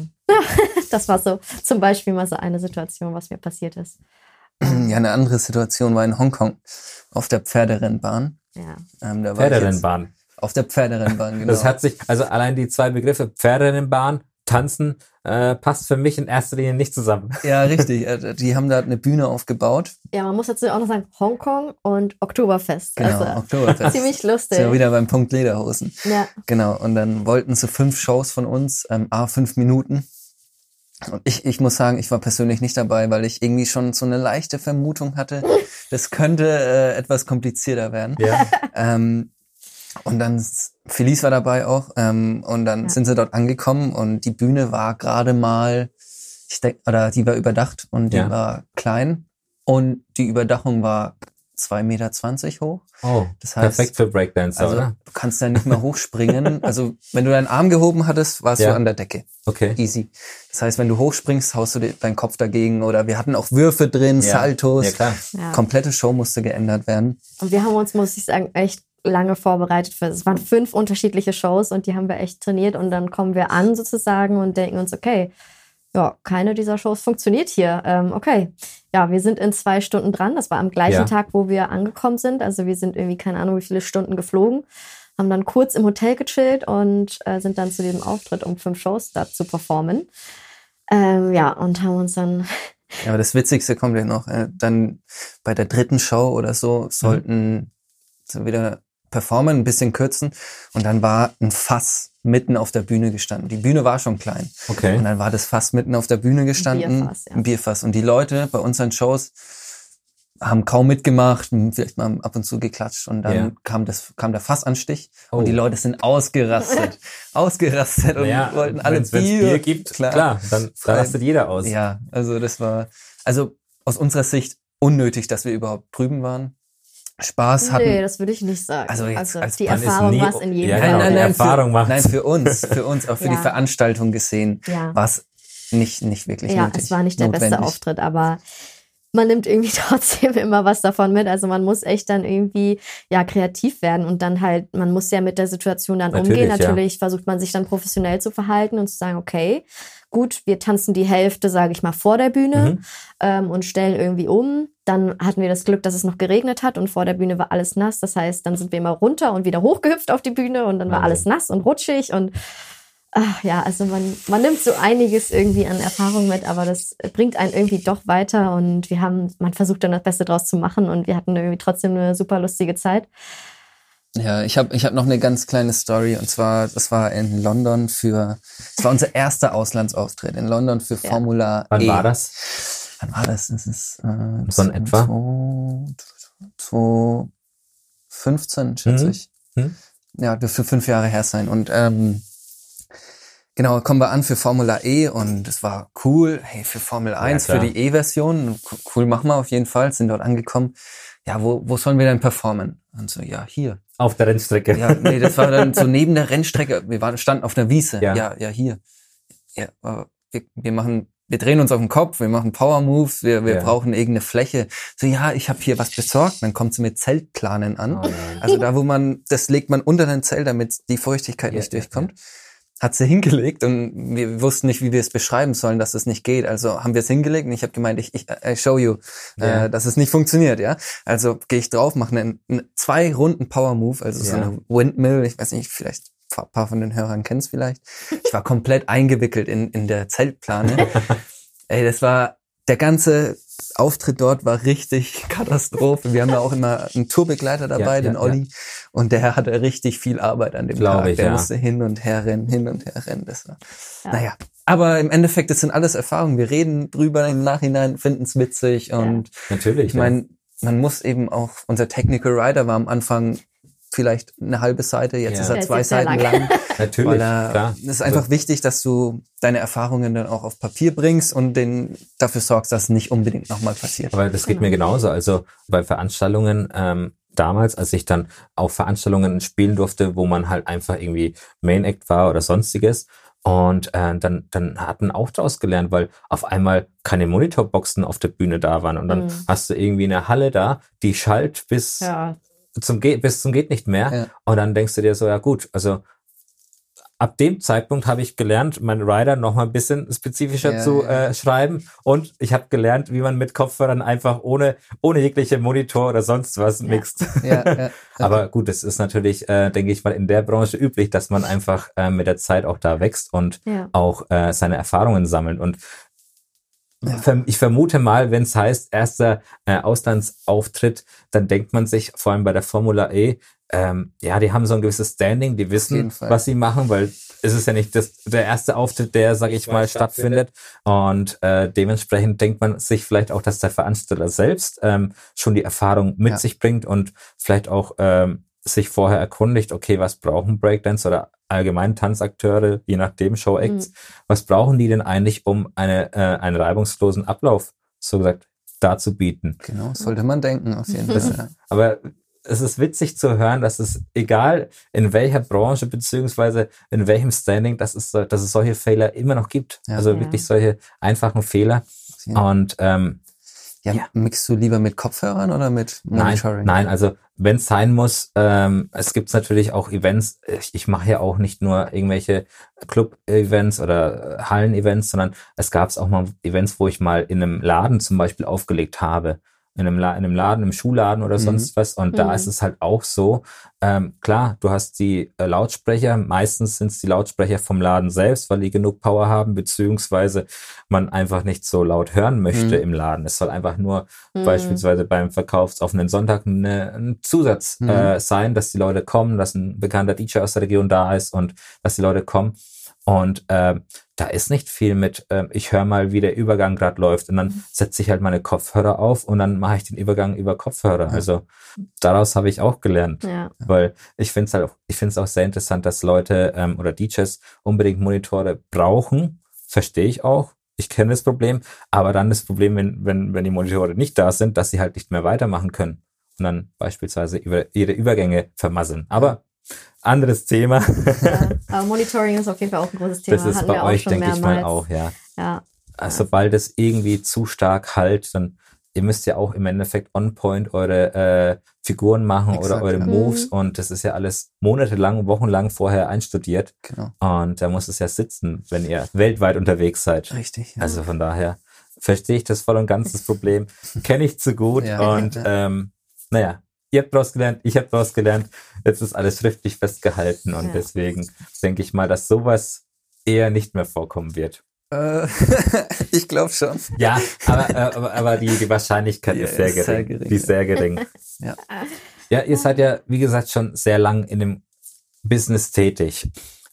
das war so zum Beispiel mal so eine Situation, was mir passiert ist. Ja, eine andere Situation war in Hongkong auf der Pferderennbahn. Ja. Ähm, da Pferderennbahn. Auf der Pferderennbahn, genau. Das hat sich, also allein die zwei Begriffe Pferderennbahn, Tanzen, äh, passt für mich in erster Linie nicht zusammen. Ja, richtig. Die haben da eine Bühne aufgebaut. Ja, man muss dazu auch noch sagen, Hongkong und Oktoberfest. Genau, also, Oktoberfest. Ziemlich lustig. Sind wir wieder beim Punkt Lederhosen. Ja. Genau, und dann wollten sie fünf Shows von uns, ähm, a fünf Minuten. Und ich, ich muss sagen, ich war persönlich nicht dabei, weil ich irgendwie schon so eine leichte Vermutung hatte, das könnte äh, etwas komplizierter werden. Ja. Ähm, und dann, Felice war dabei auch, ähm, und dann ja. sind sie dort angekommen und die Bühne war gerade mal, ich denke, oder die war überdacht und die ja. war klein und die Überdachung war zwei Meter zwanzig hoch. Oh, das heißt, perfekt für Breakdance, also, oder? Du kannst da nicht mehr hochspringen. Also, wenn du deinen Arm gehoben hattest, warst ja. du an der Decke. Okay. Easy. Das heißt, wenn du hochspringst, haust du deinen Kopf dagegen oder wir hatten auch Würfe drin, ja. Saltos. Ja, klar. Ja. Komplette Show musste geändert werden. Und wir haben uns, muss ich sagen, echt lange vorbereitet für. Es waren fünf unterschiedliche Shows und die haben wir echt trainiert und dann kommen wir an sozusagen und denken uns, okay, ja, keine dieser Shows funktioniert hier. Ähm, okay, ja, wir sind in zwei Stunden dran. Das war am gleichen ja. Tag, wo wir angekommen sind. Also wir sind irgendwie, keine Ahnung, wie viele Stunden geflogen, haben dann kurz im Hotel gechillt und äh, sind dann zu diesem Auftritt, um fünf Shows da zu performen. Ähm, ja, und haben uns dann... Ja, aber das Witzigste kommt ja noch. Äh, dann bei der dritten Show oder so sollten mhm. so wieder performen, ein bisschen kürzen und dann war ein Fass mitten auf der Bühne gestanden. Die Bühne war schon klein. Okay. Und dann war das Fass mitten auf der Bühne gestanden. Ein Bierfass, ja. Ein Bierfass. Und die Leute bei unseren Shows haben kaum mitgemacht, vielleicht mal ab und zu geklatscht und dann ja. kam das, kam der Fassanstich oh. und die Leute sind ausgerastet. ausgerastet und ja, wollten alle wenn's, Bier. Wenn's Bier gibt, klar, klar dann rastet jeder aus. Ja, also das war, also aus unserer Sicht unnötig, dass wir überhaupt drüben waren. Spaß hatten. Nee, das würde ich nicht sagen. Also, jetzt, also als die Erfahrung war es in jedem ja, Fall. Genau, nein, nein, die nein, Erfahrung für, macht's. nein, für uns, für uns, auch für ja. die Veranstaltung gesehen, ja. war es nicht, nicht wirklich ja, nötig. Ja, es war nicht der notwendig. beste Auftritt, aber man nimmt irgendwie trotzdem immer was davon mit. Also man muss echt dann irgendwie ja kreativ werden und dann halt, man muss ja mit der Situation dann Natürlich, umgehen. Natürlich ja. versucht man sich dann professionell zu verhalten und zu sagen, okay, gut, wir tanzen die Hälfte, sage ich mal, vor der Bühne mhm. ähm, und stellen irgendwie um. Dann hatten wir das Glück, dass es noch geregnet hat und vor der Bühne war alles nass. Das heißt, dann sind wir immer runter und wieder hochgehüpft auf die Bühne und dann war alles nass und rutschig und ach, ja, also man, man nimmt so einiges irgendwie an Erfahrung mit, aber das bringt einen irgendwie doch weiter und wir haben, man versucht dann das Beste draus zu machen und wir hatten irgendwie trotzdem eine super lustige Zeit. Ja, ich habe ich hab noch eine ganz kleine Story und zwar, das war in London für, das war unser erster Auslandsauftritt in London für ja. Formula Wann E. war das? wann war das? Das ist äh, so in etwa zwanzig fünfzehn, schätze mhm. ich. Mhm. Ja, dürfte fünf Jahre her sein. Und ähm, genau, kommen wir an für Formula E und es war cool. Hey, für Formel eins, ja, für die E-Version, cool, machen wir auf jeden Fall. Sind dort angekommen. Ja, wo wo sollen wir denn performen? Und so, ja, hier. Auf der Rennstrecke. Ja, nee, das war dann so neben der Rennstrecke. Wir waren, standen auf einer Wiese. Ja, ja, ja hier. Ja, aber wir, wir machen, wir drehen uns auf den Kopf, wir machen Power Moves, wir, wir ja. brauchen irgendeine Fläche. So, ja, ich habe hier was besorgt. Dann kommt sie mit Zeltplanen an. Oh, also da, wo man, das legt man unter den Zelt, damit die Feuchtigkeit ja, nicht durchkommt. Ja, ja. Hat sie hingelegt und wir wussten nicht, wie wir es beschreiben sollen, dass es nicht geht. Also haben wir es hingelegt und ich habe gemeint, ich, ich I show you, ja. äh, dass es nicht funktioniert, ja. Also gehe ich drauf, mache einen, einen zwei Runden Power Move, also ja. so eine Windmill, ich weiß nicht, vielleicht ein paar von den Hörern kennen es vielleicht. Ich war komplett eingewickelt in in der Zeltplane. Ey, das war, der ganze Auftritt dort war richtig Katastrophe. Wir haben ja auch immer einen Tourbegleiter dabei, ja, den ja, Olli. Ja. Und der hatte richtig viel Arbeit an dem Glaube Tag. Ich, der ja. musste hin und her rennen, hin und her rennen. Das war, ja. Naja. Aber im Endeffekt, das sind alles Erfahrungen. Wir reden drüber im Nachhinein, finden es witzig. Und ja. Natürlich. Ich meine, ja. man muss eben auch, unser Technical Writer war am Anfang vielleicht eine halbe Seite, jetzt ja. ist er zwei ist Seiten lang. lang. Natürlich, weil er, klar. Es ist einfach also, wichtig, dass du deine Erfahrungen dann auch auf Papier bringst und den, dafür sorgst, dass es nicht unbedingt nochmal passiert. Aber das geht genau. mir genauso. Also bei Veranstaltungen, ähm, damals, als ich dann auf Veranstaltungen spielen durfte, wo man halt einfach irgendwie Main Act war oder sonstiges, und äh, dann dann hatten auch daraus gelernt, weil auf einmal keine Monitorboxen auf der Bühne da waren und dann mhm. hast du irgendwie eine Halle da, die schallt bis... Ja. zum Ge- bis zum geht nicht mehr ja. und dann denkst du dir so, ja gut, also ab dem Zeitpunkt habe ich gelernt, meinen Rider noch mal ein bisschen spezifischer ja, zu ja. Äh, schreiben und ich habe gelernt, wie man mit Kopfhörern einfach ohne ohne jegliche Monitor oder sonst was ja. mixt. Ja, ja, okay. Aber gut, es ist natürlich, äh, denke ich mal, in der Branche üblich, dass man einfach äh, mit der Zeit auch da wächst und ja. auch äh, seine Erfahrungen sammelt und Ja. Ich vermute mal, wenn es heißt, erster äh, Auslandsauftritt, dann denkt man sich, vor allem bei der Formula E, ähm, ja, die haben so ein gewisses Standing, die wissen, was sie machen, weil es ist ja nicht das, der erste Auftritt, der, sag ich mal, stattfindet. Und äh, dementsprechend denkt man sich vielleicht auch, dass der Veranstalter selbst ähm, schon die Erfahrung mit ja. sich bringt und vielleicht auch ähm, sich vorher erkundigt, okay, was brauchen Breakdance oder allgemein Tanzakteure, je nachdem, Show-Acts, mhm. was brauchen die denn eigentlich, um eine äh, einen reibungslosen Ablauf, so gesagt, darzubieten? Genau, sollte man denken, auf jeden Fall. Aber es ist witzig zu hören, dass es, egal in welcher Branche beziehungsweise in welchem Standing, dass es, dass es solche Fehler immer noch gibt. Ja. Also ja. wirklich solche einfachen Fehler. Ja. Und ähm, Ja, ja. Mixst du lieber mit Kopfhörern oder mit Monitoring? Nein, nein, also wenn es sein muss, ähm, es gibt natürlich auch Events, ich, ich mache ja auch nicht nur irgendwelche Club-Events oder Hallen-Events, sondern es gab auch mal Events, wo ich mal in einem Laden zum Beispiel aufgelegt habe. In einem, La- in einem Laden, im Schuhladen oder sonst mhm. was. Und mhm. da ist es halt auch so, ähm, klar, du hast die äh, Lautsprecher, meistens sind es die Lautsprecher vom Laden selbst, weil die genug Power haben, beziehungsweise man einfach nicht so laut hören möchte mhm. im Laden. Es soll einfach nur mhm. beispielsweise beim verkaufsoffenen Sonntag eine, ein Zusatz mhm. äh, sein, dass die Leute kommen, dass ein bekannter D J aus der Region da ist und dass die Leute kommen. Und äh, da ist nicht viel mit, äh, ich höre mal, wie der Übergang gerade läuft und dann setze ich halt meine Kopfhörer auf und dann mache ich den Übergang über Kopfhörer. Ja. Also daraus habe ich auch gelernt, ja. weil ich finde es halt auch, ich finde es auch sehr interessant, dass Leute ähm, oder D Js unbedingt Monitore brauchen. Verstehe ich auch. Ich kenne das Problem, aber dann das Problem, wenn wenn wenn die Monitore nicht da sind, dass sie halt nicht mehr weitermachen können und dann beispielsweise über ihre Übergänge vermasseln. Aber anderes Thema. Ja, aber Monitoring ist auf jeden Fall auch ein großes Thema. Das ist Hatten bei euch, denke ich mal, auch, ja. ja. Also, sobald es irgendwie zu stark halt, dann, ihr müsst ja auch im Endeffekt on point eure äh, Figuren machen Exakt, oder eure ja. Moves mhm. und das ist ja alles monatelang, wochenlang vorher einstudiert. Genau. Und da muss es ja sitzen, wenn ihr weltweit unterwegs seid. Richtig. Ja. Also von daher verstehe ich das voll und ganz, das Problem. Kenne ich zu gut ja, und ja. Ähm, naja, ihr habt daraus gelernt, ich habe daraus gelernt, jetzt ist alles schriftlich festgehalten und ja. deswegen denke ich mal, dass sowas eher nicht mehr vorkommen wird. Äh, ich glaube schon. Ja, aber, äh, aber, aber die, die Wahrscheinlichkeit yeah, ist sehr gering. Sehr gering. Die ist sehr gering. ja. ja, ihr seid ja, wie gesagt, schon sehr lang in dem Business tätig.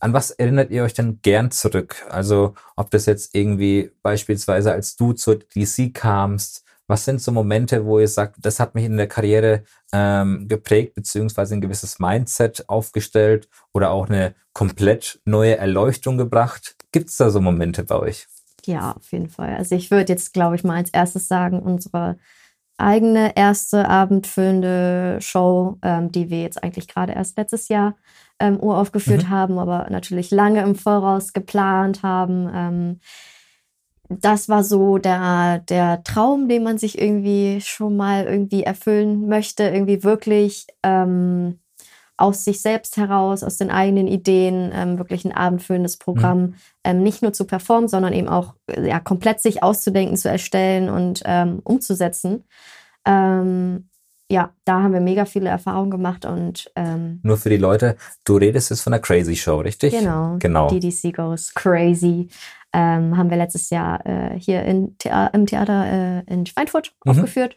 An was erinnert ihr euch denn gern zurück? Also ob das jetzt irgendwie beispielsweise als du zur D C kamst, was sind so Momente, wo ihr sagt, das hat mich in der Karriere ähm, geprägt, beziehungsweise ein gewisses Mindset aufgestellt oder auch eine komplett neue Erleuchtung gebracht? Gibt es da so Momente bei euch? Ja, auf jeden Fall. Also ich würde jetzt, glaube ich, mal als erstes sagen, unsere eigene erste abendfüllende Show, ähm, die wir jetzt eigentlich gerade erst letztes Jahr ähm, uraufgeführt mhm. haben, aber natürlich lange im Voraus geplant haben. Ähm, das war so der, der Traum, den man sich irgendwie schon mal irgendwie erfüllen möchte, irgendwie wirklich ähm, aus sich selbst heraus, aus den eigenen Ideen, ähm, wirklich ein abendfüllendes Programm, mhm. ähm, nicht nur zu performen, sondern eben auch ja, komplett sich auszudenken, zu erstellen und ähm, umzusetzen. Ähm, ja, da haben wir mega viele Erfahrungen gemacht und ähm, nur für die Leute, du redest jetzt von der Crazy Show, richtig? Genau, genau. D D C Goes Crazy. Ähm, haben wir letztes Jahr äh, hier in Thea- im Theater äh, in Schweinfurt mhm. aufgeführt.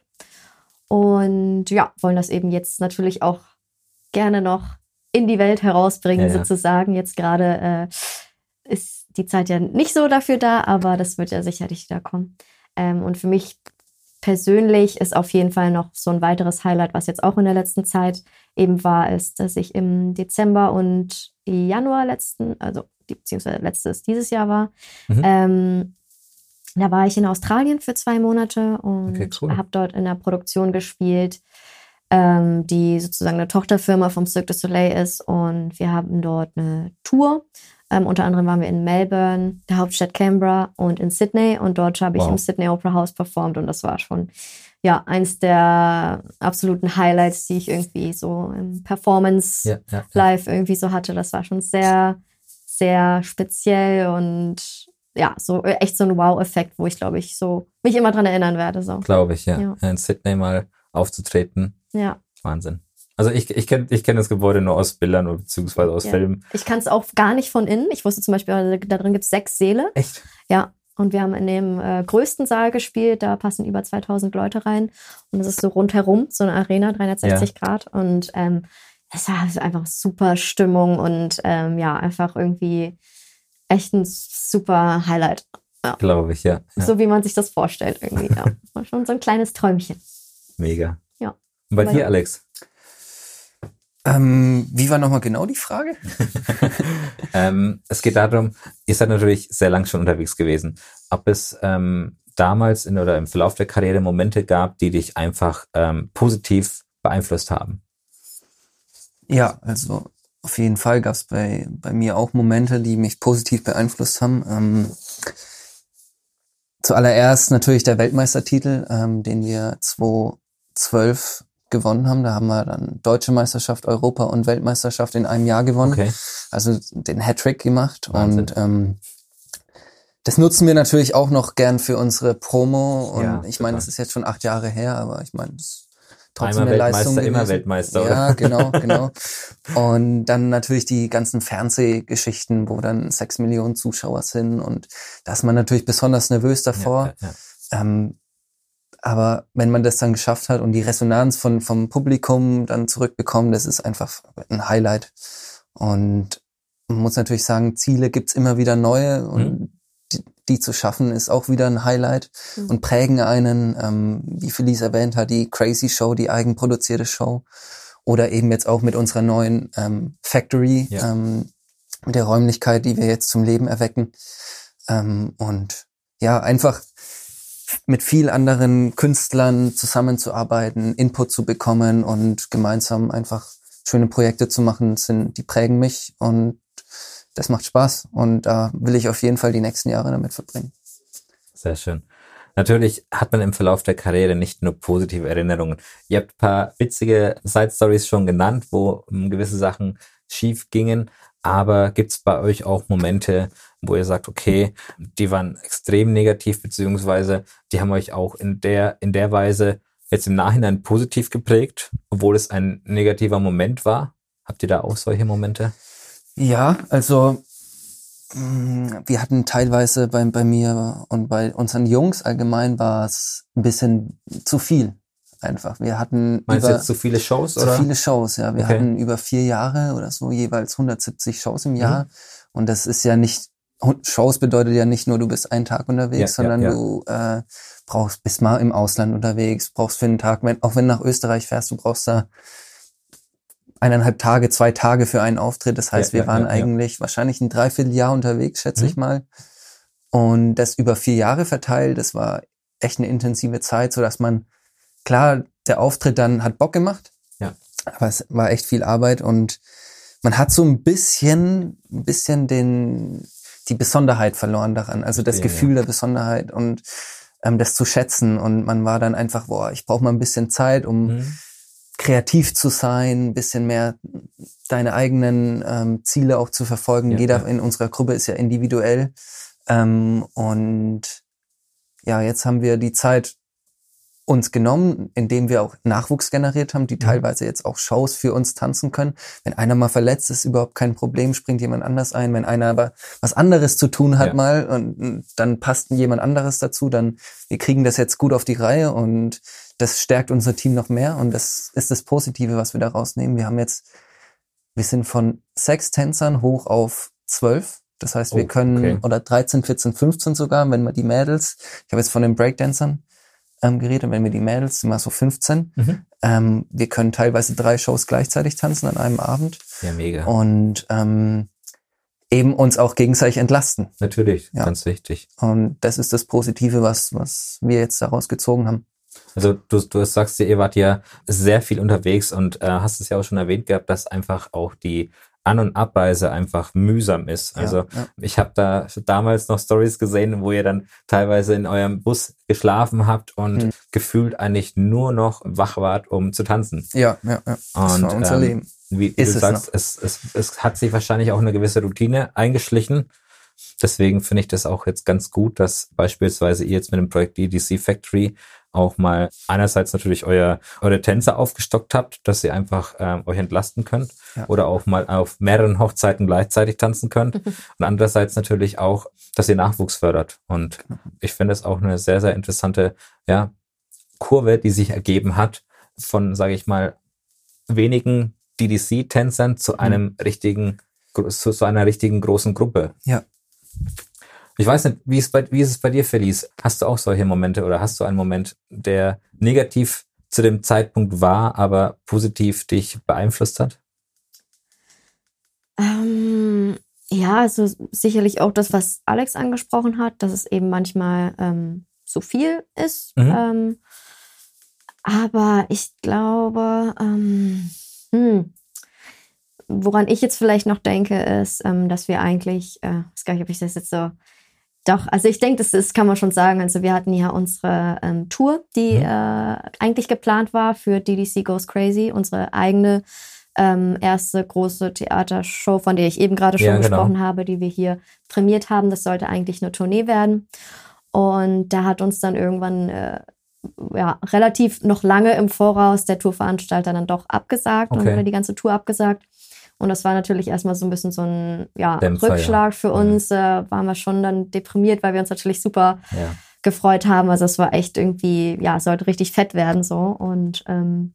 Und ja, wollen das eben jetzt natürlich auch gerne noch in die Welt herausbringen, ja, ja. sozusagen. Jetzt gerade äh, ist die Zeit ja nicht so dafür da, aber das wird ja sicherlich wieder kommen. Ähm, und für mich persönlich ist auf jeden Fall noch so ein weiteres Highlight, was jetzt auch in der letzten Zeit eben war, ist, dass ich im Dezember und Januar letzten, also die, beziehungsweise letztes dieses Jahr war, mhm. ähm, da war ich in Australien für zwei Monate und okay, cool. habe dort in der Produktion gespielt, ähm, die sozusagen eine Tochterfirma vom Cirque du Soleil ist, und wir haben dort eine Tour. Ähm, unter anderem waren wir in Melbourne, der Hauptstadt Canberra, und in Sydney, und dort habe ich wow. im Sydney Opera House performt, und das war schon ja eins der absoluten Highlights, die ich irgendwie so im Performance ja, ja, ja. live irgendwie so hatte. Das war schon sehr, sehr speziell und ja, so echt so ein Wow-Effekt, wo ich glaube ich so mich immer dran erinnern werde. So. Glaube ich, ja. ja. In Sydney mal aufzutreten. Ja. Wahnsinn. Also ich, ich kenne ich kenn das Gebäude nur aus Bildern oder beziehungsweise aus ja. Filmen. Ich kann es auch gar nicht von innen. Ich wusste zum Beispiel, da drin gibt es sechs Säle. Echt? Ja. Und wir haben in dem äh, größten Saal gespielt, da passen über zweitausend Leute rein. Und es ist so rundherum, so eine Arena, dreihundertsechzig ja. Grad. Und ähm, es war einfach super Stimmung und ähm, ja, einfach irgendwie echt ein super Highlight. Ja. Glaube ich, ja. ja. So wie man sich das vorstellt irgendwie. Ja. War schon so ein kleines Träumchen. Mega. Ja. Und bei dir, Alex? Ähm, wie war nochmal genau die Frage? ähm, es geht darum, ihr seid natürlich sehr lang schon unterwegs gewesen. Ob es ähm, damals in oder im Verlauf der Karriere Momente gab, die dich einfach ähm, positiv beeinflusst haben? Ja, also auf jeden Fall gab es bei, bei mir auch Momente, die mich positiv beeinflusst haben. Ähm, zuallererst natürlich der Weltmeistertitel, ähm, den wir zweitausendzwölf gewonnen haben. Da haben wir dann Deutsche Meisterschaft, Europa und Weltmeisterschaft in einem Jahr gewonnen. Okay. Also den Hattrick gemacht. Wahnsinn. Und ähm, das nutzen wir natürlich auch noch gern für unsere Promo. Und ja, ich meine, das ist jetzt schon acht Jahre her, aber ich meine, das ist trotzdem einmal eine Weltmeister, Leistung gewesen. Immer Weltmeister, oder? Ja, genau, genau. Und dann natürlich die ganzen Fernsehgeschichten, wo dann sechs Millionen Zuschauer sind. Und da ist man natürlich besonders nervös davor. Ja, ja, ja. Ähm, Aber wenn man das dann geschafft hat und die Resonanz von vom Publikum dann zurückbekommt, das ist einfach ein Highlight. Und man muss natürlich sagen, Ziele gibt's immer wieder neue, und mhm. die, die zu schaffen ist auch wieder ein Highlight mhm. und prägen einen, ähm, wie Felice erwähnt hat, die Crazy Show, die eigenproduzierte Show, oder eben jetzt auch mit unserer neuen ähm, Factory, ja. ähm, mit der Räumlichkeit, die wir jetzt zum Leben erwecken. Ähm, und ja, einfach mit viel anderen Künstlern zusammenzuarbeiten, Input zu bekommen und gemeinsam einfach schöne Projekte zu machen, sind, die prägen mich, und das macht Spaß, und da will ich auf jeden Fall die nächsten Jahre damit verbringen. Sehr schön. Natürlich hat man im Verlauf der Karriere nicht nur positive Erinnerungen. Ihr habt ein paar witzige Side-Stories schon genannt, wo gewisse Sachen schief gingen. Aber gibt es bei euch auch Momente, wo ihr sagt, okay, die waren extrem negativ, beziehungsweise die haben euch auch in der, in der Weise jetzt im Nachhinein positiv geprägt, obwohl es ein negativer Moment war? Habt ihr da auch solche Momente? Ja, also wir hatten teilweise bei, bei mir und bei unseren Jungs allgemein war es ein bisschen zu viel. einfach. Wir hatten Meinst du über jetzt zu viele Shows, zu oder? viele Shows, ja. Wir Okay. hatten über vier Jahre oder so jeweils hundertsiebzig Shows im Jahr. Mhm. Und das ist ja nicht, Shows bedeutet ja nicht nur, du bist einen Tag unterwegs, Ja, sondern ja, ja. du äh, brauchst, bist mal im Ausland unterwegs, brauchst für einen Tag, wenn, auch wenn du nach Österreich fährst, du brauchst da eineinhalb Tage, zwei Tage für einen Auftritt. Das heißt, Ja, wir ja, waren ja, ja. eigentlich wahrscheinlich ein Dreivierteljahr unterwegs, schätze Mhm. ich mal. Und das über vier Jahre verteilt, das war echt eine intensive Zeit, so dass man, klar, der Auftritt dann hat Bock gemacht, Ja. aber es war echt viel Arbeit und man hat so ein bisschen, ein bisschen den, die Besonderheit verloren daran, also das Verstehe, Gefühl der Besonderheit und ähm, das zu schätzen und man war dann einfach, boah, ich brauche mal ein bisschen Zeit, um Mhm. kreativ zu sein, ein bisschen mehr deine eigenen ähm, Ziele auch zu verfolgen. Ja, Jeder ja. in unserer Gruppe ist ja individuell. Ähm, und ja, jetzt haben wir die Zeit uns genommen, indem wir auch Nachwuchs generiert haben, die Mhm. teilweise jetzt auch Shows für uns tanzen können. Wenn einer mal verletzt ist, überhaupt kein Problem, springt jemand anders ein. Wenn einer aber was anderes zu tun hat Ja. mal und und dann passt jemand anderes dazu, dann wir kriegen das jetzt gut auf die Reihe und das stärkt unser Team noch mehr und das ist das Positive, was wir da rausnehmen. Wir haben jetzt, wir sind von sechs Tänzern hoch auf zwölf. Das heißt, wir Oh, können, okay. oder dreizehn, vierzehn, fünfzehn sogar, wenn wir die Mädels, ich habe jetzt von den Breakdancern ähm, geredet, wenn wir die Mädels, sind wir so fünfzehn. Mhm. Ähm, wir können teilweise drei Shows gleichzeitig tanzen an einem Abend Ja, mega. und ähm, eben uns auch gegenseitig entlasten. Natürlich, Ja. ganz wichtig. Und das ist das Positive, was, was wir jetzt daraus gezogen haben. Also du, du sagst ja, ihr wart ja sehr viel unterwegs und äh, hast es ja auch schon erwähnt gehabt, dass einfach auch die An- und Abreise einfach mühsam ist. Also Ja, ja. ich habe da damals noch Stories gesehen, wo ihr dann teilweise in eurem Bus geschlafen habt und Mhm. gefühlt eigentlich nur noch wach wart, um zu tanzen. Ja, ja, ja. Das Und war unser ähm, Leben. wie, wie Ist du es sagst, es, es, es hat sich wahrscheinlich auch eine gewisse Routine eingeschlichen. Deswegen finde ich das auch jetzt ganz gut, dass beispielsweise ihr jetzt mit dem Projekt D D C Factory auch mal einerseits natürlich euer, eure Tänzer aufgestockt habt, dass ihr einfach ähm, euch entlasten könnt Ja. oder auch mal auf mehreren Hochzeiten gleichzeitig tanzen könnt. Und andererseits natürlich auch, dass ihr Nachwuchs fördert. Und ich finde es auch eine sehr, sehr interessante ja, Kurve, die sich ergeben hat von, sage ich mal, wenigen D D C-Tänzern zu einem richtigen, zu, zu einer richtigen großen Gruppe. Ja. Ich weiß nicht, wie ist, bei, wie ist es bei dir, Felice? Hast du auch solche Momente oder hast du einen Moment, der negativ zu dem Zeitpunkt war, aber positiv dich beeinflusst hat? Ähm, ja, also sicherlich auch das, was Alex angesprochen hat, dass es eben manchmal ähm, zu viel ist. Mhm. Ähm, aber ich glaube, ähm, hm, woran ich jetzt vielleicht noch denke, ist, ähm, dass wir eigentlich, äh, ich weiß gar nicht, ob ich das jetzt so, doch, also ich denke, das ist, kann man schon sagen, also wir hatten ja unsere ähm, Tour, die Mhm. äh, eigentlich geplant war für D D C Goes Crazy, unsere eigene ähm, erste große Theatershow, von der ich eben gerade schon Ja, genau. gesprochen habe, die wir hier prämiert haben. Das sollte eigentlich eine Tournee werden. Und da hat uns dann irgendwann äh, ja, relativ noch lange im Voraus der Tourveranstalter dann doch abgesagt Okay. und oder die ganze Tour abgesagt. Und das war natürlich erstmal so ein bisschen so ein ja, Dämpfer, Rückschlag ja. für Mhm. uns. Äh, waren wir schon dann deprimiert, weil wir uns natürlich super Ja. gefreut haben. Also es war echt irgendwie, ja, es sollte richtig fett werden so. Und ähm,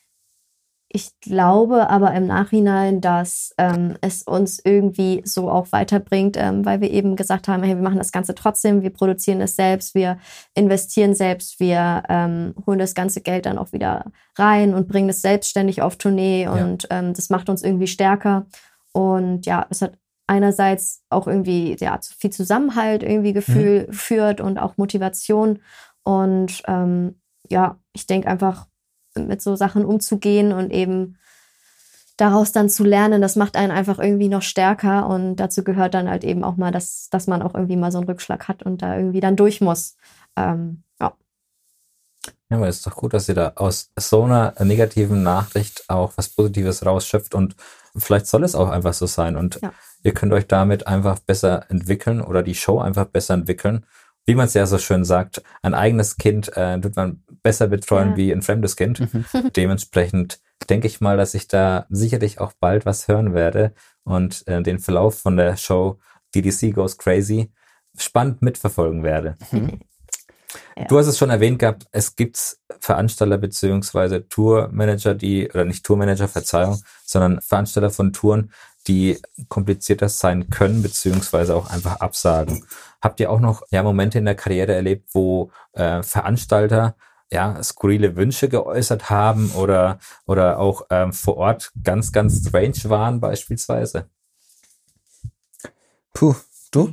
ich glaube aber im Nachhinein, dass ähm, es uns irgendwie so auch weiterbringt, ähm, weil wir eben gesagt haben, hey, wir machen das Ganze trotzdem, wir produzieren es selbst, wir investieren selbst, wir ähm, holen das ganze Geld dann auch wieder rein und bringen es selbstständig auf Tournee und ähm, das macht uns irgendwie stärker. Und ja, es hat einerseits auch irgendwie ja, zu viel Zusammenhalt irgendwie Gefühl geführt und auch Motivation. Und ähm, ja, ich denke einfach, mit so Sachen umzugehen und eben daraus dann zu lernen, das macht einen einfach irgendwie noch stärker und dazu gehört dann halt eben auch mal, dass, dass man auch irgendwie mal so einen Rückschlag hat und da irgendwie dann durch muss. Ähm, ja. Ja, aber es ist doch gut, dass ihr da aus so einer negativen Nachricht auch was Positives rausschöpft und vielleicht soll es auch einfach so sein und Ja. ihr könnt euch damit einfach besser entwickeln oder die Show einfach besser entwickeln. Wie man es ja so schön sagt, ein eigenes Kind äh, tut man besser betreuen Ja. wie ein fremdes Kind. Dementsprechend denke ich mal, dass ich da sicherlich auch bald was hören werde und äh, den Verlauf von der Show D D C Goes Crazy spannend mitverfolgen werde. Ja. Du hast es schon erwähnt gehabt, es gibt Veranstalter beziehungsweise Tourmanager, die, oder nicht Tourmanager, Verzeihung, sondern Veranstalter von Touren, die komplizierter sein können, beziehungsweise auch einfach absagen. Habt ihr auch noch ja, Momente in der Karriere erlebt, wo äh, Veranstalter ja, skurrile Wünsche geäußert haben oder, oder auch ähm, vor Ort ganz, ganz strange waren beispielsweise? Puh, du?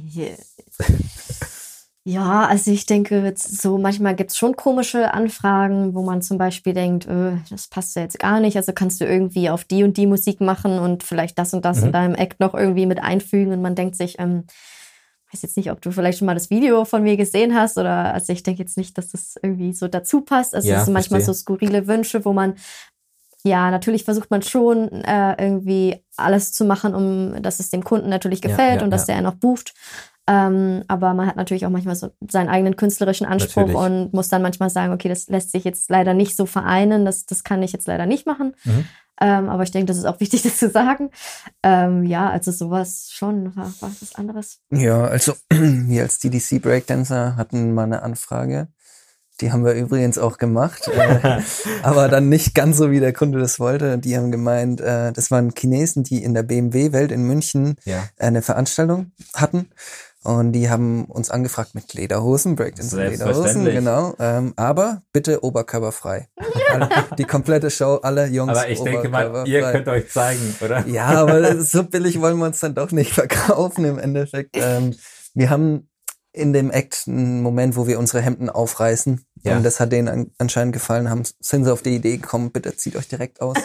Ja, also ich denke, so manchmal gibt's schon komische Anfragen, wo man zum Beispiel denkt, äh, das passt ja jetzt gar nicht, also kannst du irgendwie auf die und die Musik machen und vielleicht das und das Mhm. in deinem Act noch irgendwie mit einfügen und man denkt sich, ähm, weiß jetzt nicht, ob du vielleicht schon mal das Video von mir gesehen hast oder, also ich denke jetzt nicht, dass das irgendwie so dazu passt. Also Ja, es sind manchmal verstehe. so skurrile Wünsche, wo man, ja, natürlich versucht man schon äh, irgendwie alles zu machen, um, dass es dem Kunden natürlich Ja, gefällt ja, und dass ja. der noch bucht. Ähm, aber man hat natürlich auch manchmal so seinen eigenen künstlerischen Anspruch Natürlich. und muss dann manchmal sagen, okay, das lässt sich jetzt leider nicht so vereinen, das, das kann ich jetzt leider nicht machen. Mhm. Ähm, aber ich denke, das ist auch wichtig, das zu sagen. Ähm, ja, also sowas schon, war, war was anderes. Ja, also wir als D D C Breakdancer hatten mal eine Anfrage. Die haben wir übrigens auch gemacht, äh, aber dann nicht ganz so, wie der Kunde das wollte. Die haben gemeint, äh, das waren Chinesen, die in der B M W-Welt in München Ja. eine Veranstaltung hatten. Und die haben uns angefragt mit Lederhosen, Breakdance und Lederhosen, Selbstverständlich. genau. Ähm, aber bitte oberkörperfrei. Alle, die komplette Show, alle Jungs Aber ich denke mal, ihr oberkörperfrei. könnt euch zeigen, oder? Ja, aber das ist so billig wollen wir uns dann doch nicht verkaufen im Endeffekt. Ähm, wir haben in dem Act einen Moment, wo wir unsere Hemden aufreißen. Ja. Und das hat denen an, anscheinend gefallen, haben, sind sie auf die Idee gekommen, bitte zieht euch direkt aus.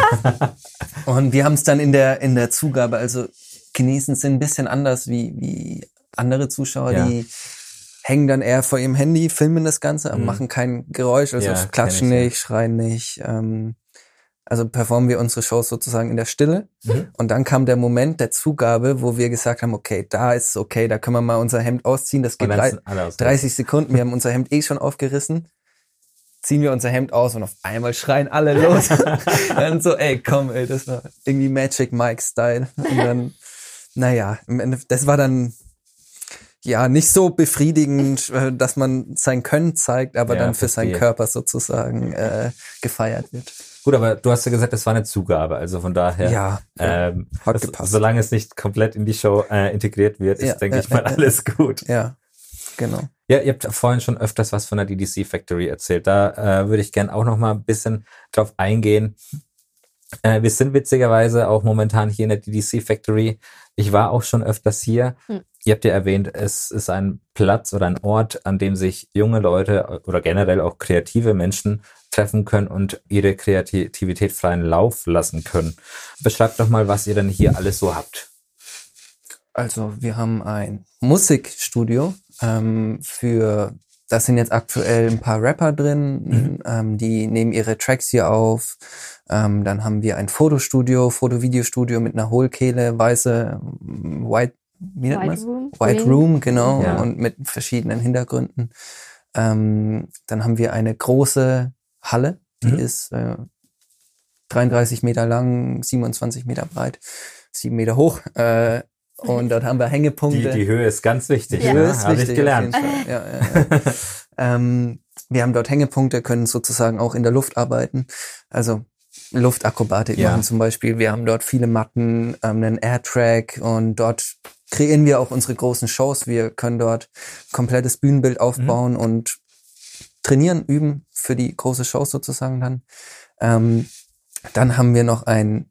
Und wir haben es dann in der, in der Zugabe, also Chinesen sind ein bisschen anders wie, wie andere Zuschauer, Ja. die hängen dann eher vor ihrem Handy, filmen das Ganze, aber Mhm. machen kein Geräusch, also Ja, klatschen kenn ich, ja. nicht, schreien nicht. Ähm, also performen wir unsere Shows sozusagen in der Stille. Mhm. Und dann kam der Moment der Zugabe, wo wir gesagt haben, okay, da ist es okay, da können wir mal unser Hemd ausziehen. Das Und geht dann drei, sind alle aus- dreißig Sekunden. Wir haben unser Hemd eh schon aufgerissen. Ziehen wir unser Hemd aus und auf einmal schreien alle los. Dann so, ey, komm, ey, das war irgendwie Magic Mike-Style. Und dann, naja, im Endeffekt, das war dann ja nicht so befriedigend, äh, dass man sein Können zeigt, aber Ja, dann für seinen verstehe. Körper sozusagen äh, gefeiert wird. Gut, aber du hast ja gesagt, das war eine Zugabe, also von daher, Ja, ähm, hat das, gepasst. solange es nicht komplett in die Show äh, integriert wird, ist, Ja, denke ja, ich mal, ja, ja. alles gut. Ja, genau. Ja, ihr habt vorhin schon öfters was von der D D C Factory erzählt. Da äh, würde ich gern auch noch mal ein bisschen drauf eingehen. Äh, wir sind witzigerweise auch momentan hier in der D D C Factory. Ich war auch schon öfters hier. Hm. Ihr habt ja erwähnt, es ist ein Platz oder ein Ort, an dem sich junge Leute oder generell auch kreative Menschen treffen können und ihre Kreativität freien Lauf lassen können. Beschreibt doch mal, was ihr denn hier alles so habt. Also wir haben ein Musikstudio ähm, für, da sind jetzt aktuell ein paar Rapper drin, Mhm. ähm, die nehmen ihre Tracks hier auf. Ähm, dann haben wir ein Fotostudio, Foto-Videostudio mit einer Hohlkehle, weiße, ähm, White, wie nennt White man's? Room. White Green. Room, genau, Ja. und mit verschiedenen Hintergründen. Ähm, dann haben wir eine große Halle, die Mhm. ist äh, dreiunddreißig Meter lang, siebenundzwanzig Meter breit, sieben Meter hoch. Äh, und dort haben wir Die, Hängepunkte. die Höhe ist ganz wichtig. Die Ja, Höhe ist habe ich wichtig, gelernt. auf jeden Fall. Ja, ja, ja. ähm, wir haben dort Hängepunkte, können sozusagen auch in der Luft arbeiten. Also Luftakrobatik Ja. machen zum Beispiel. Wir haben dort viele Matten, ähm, einen Airtrack und dort kreieren wir auch unsere großen Shows. Wir können dort komplettes Bühnenbild aufbauen Mhm. und trainieren, üben für die große Show sozusagen dann. Ähm, dann haben wir noch ein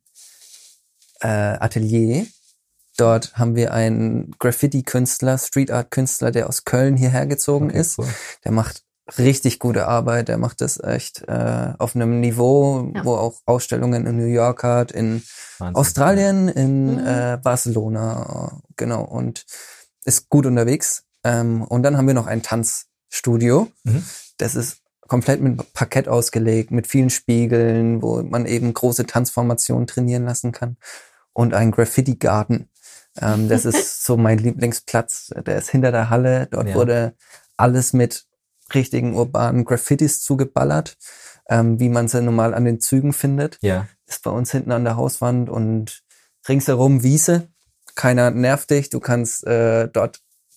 äh, Atelier. Dort haben wir einen Graffiti-Künstler, Street-Art-Künstler, der aus Köln hierher gezogen Okay, ist. cool. Der macht richtig gute Arbeit. Der macht das echt äh, auf einem Niveau, Ja. wo auch Ausstellungen in New York hat, in Wahnsinn. Australien, in Mhm. äh, Barcelona, genau, und ist gut unterwegs. Ähm, und dann haben wir noch ein Tanzstudio. Mhm. Das ist komplett mit Parkett ausgelegt, mit vielen Spiegeln, wo man eben große Tanzformationen trainieren lassen kann. Und ein Graffiti-Garten. Ähm, das ist so mein Lieblingsplatz. Der ist hinter der Halle. Dort Ja. wurde alles mit richtigen urbanen Graffitis zugeballert, ähm, wie man sie normal an den Zügen findet. Ja. Ist bei uns hinten an der Hauswand und ringsherum Wiese. Keiner nervt dich. Du kannst äh, dort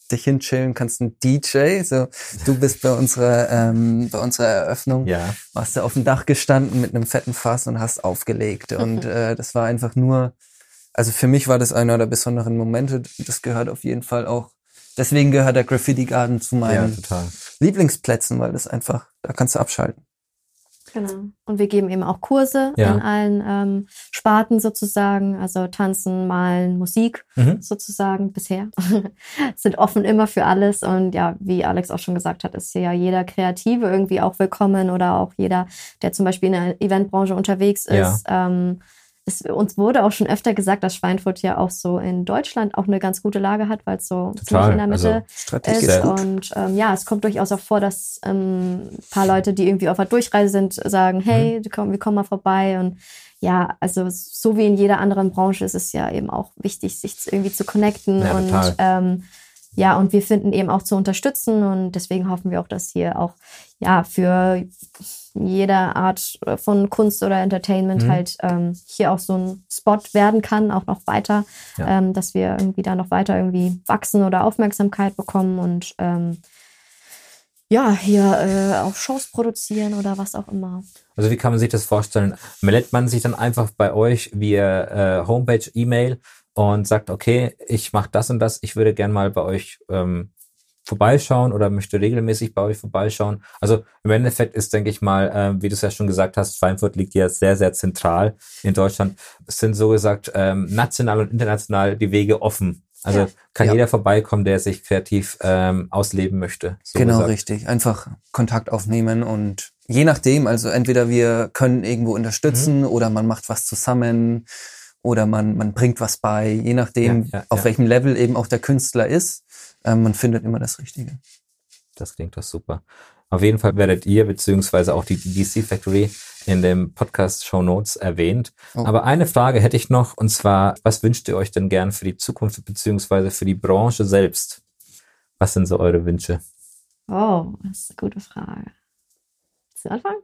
dich hinchillen, kannst ein D J, so du bist bei unserer ähm, bei unserer Eröffnung, ja. warst du auf dem Dach gestanden mit einem fetten Fass und hast aufgelegt und äh, das war einfach nur, also für mich war das einer der besonderen Momente, das gehört auf jeden Fall auch, deswegen gehört der Graffiti Garden zu meinen ja, total. Lieblingsplätzen, weil das einfach, da kannst du abschalten. Genau. Und wir geben eben auch Kurse ja. in allen ähm, Sparten sozusagen, also Tanzen, Malen, Musik mhm. sozusagen bisher. Sind offen immer für alles und ja, wie Alex auch schon gesagt hat, ist hier ja jeder Kreative irgendwie auch willkommen oder auch jeder, der zum Beispiel in der Eventbranche unterwegs ist. Ja. Ähm, es, uns wurde auch schon öfter gesagt, dass Schweinfurt ja auch so in Deutschland auch eine ganz gute Lage hat, weil es so Total. ziemlich in der Mitte also, ist. Und ähm, ja, es kommt durchaus auch vor, dass ähm, ein paar Leute, die irgendwie auf der Durchreise sind, sagen, hey, mhm. komm, wir kommen mal vorbei. Und ja, also so wie in jeder anderen Branche ist es ja eben auch wichtig, sich irgendwie zu connecten. Ja, und total. ähm, ja, und wir finden eben auch zu unterstützen. Und deswegen hoffen wir auch, dass hier auch ja für jede Art von Kunst oder Entertainment mhm. halt ähm, hier auch so ein Spot werden kann, auch noch weiter, ja. ähm, dass wir irgendwie da noch weiter irgendwie wachsen oder Aufmerksamkeit bekommen und ähm, ja, hier äh, auch Shows produzieren oder was auch immer. Also wie kann man sich das vorstellen? Meldet man sich dann einfach bei euch via äh, Homepage, E-Mail und sagt, okay, ich mache das und das, ich würde gern mal bei euch ähm, vorbeischauen oder möchte regelmäßig bei euch vorbeischauen. Also im Endeffekt ist, denke ich mal, äh, wie du es ja schon gesagt hast, Schweinfurt liegt ja sehr, sehr zentral in Deutschland. Es sind so gesagt ähm, national und international die Wege offen. Also ja. kann ja. jeder vorbeikommen, der sich kreativ ähm, ausleben möchte. So genau, gesagt. Richtig. Einfach Kontakt aufnehmen und je nachdem, also entweder wir können irgendwo unterstützen mhm. oder man macht was zusammen oder man man bringt was bei, je nachdem, ja, ja, auf ja. welchem Level eben auch der Künstler ist. Ähm, man findet immer das Richtige. Das klingt doch super. Auf jeden Fall werdet ihr, beziehungsweise auch die D C Factory in dem Podcast Show Notes erwähnt. Oh. Aber eine Frage hätte ich noch, und zwar, was wünscht ihr euch denn gern für die Zukunft, beziehungsweise für die Branche selbst? Was sind so eure Wünsche? Oh, das ist eine gute Frage. Willst du anfangen?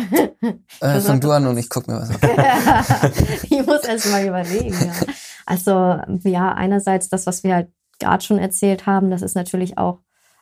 Äh, fang du an und ich guck mir was an. Ich muss erst mal überlegen. Ja. Also, ja, einerseits das, was wir halt gerade schon erzählt haben, das ist natürlich auch